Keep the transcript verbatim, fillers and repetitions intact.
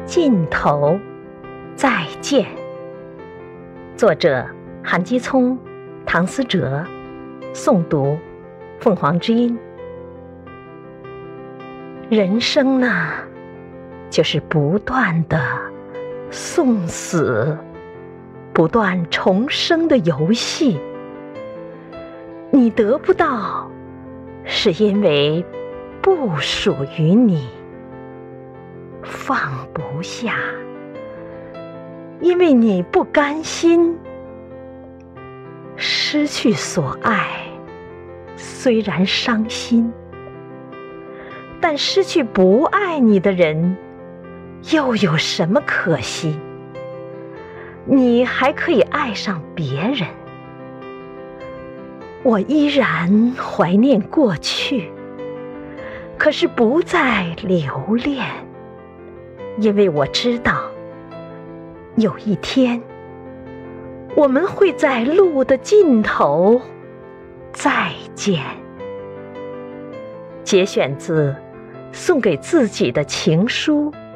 尽头再见。作者韩基聪、唐思哲，诵读凤凰之音。人生呢，就是不断的送死，不断重生的游戏。你得不到，是因为不属于你；放不下，因为你不甘心。失去所爱，虽然伤心，但失去不爱你的人，又有什么可惜？你还可以爱上别人。我依然怀念过去，可是不再留恋，因为我知道，有一天，我们会在路的尽头再见。节选自《送给自己的情书》。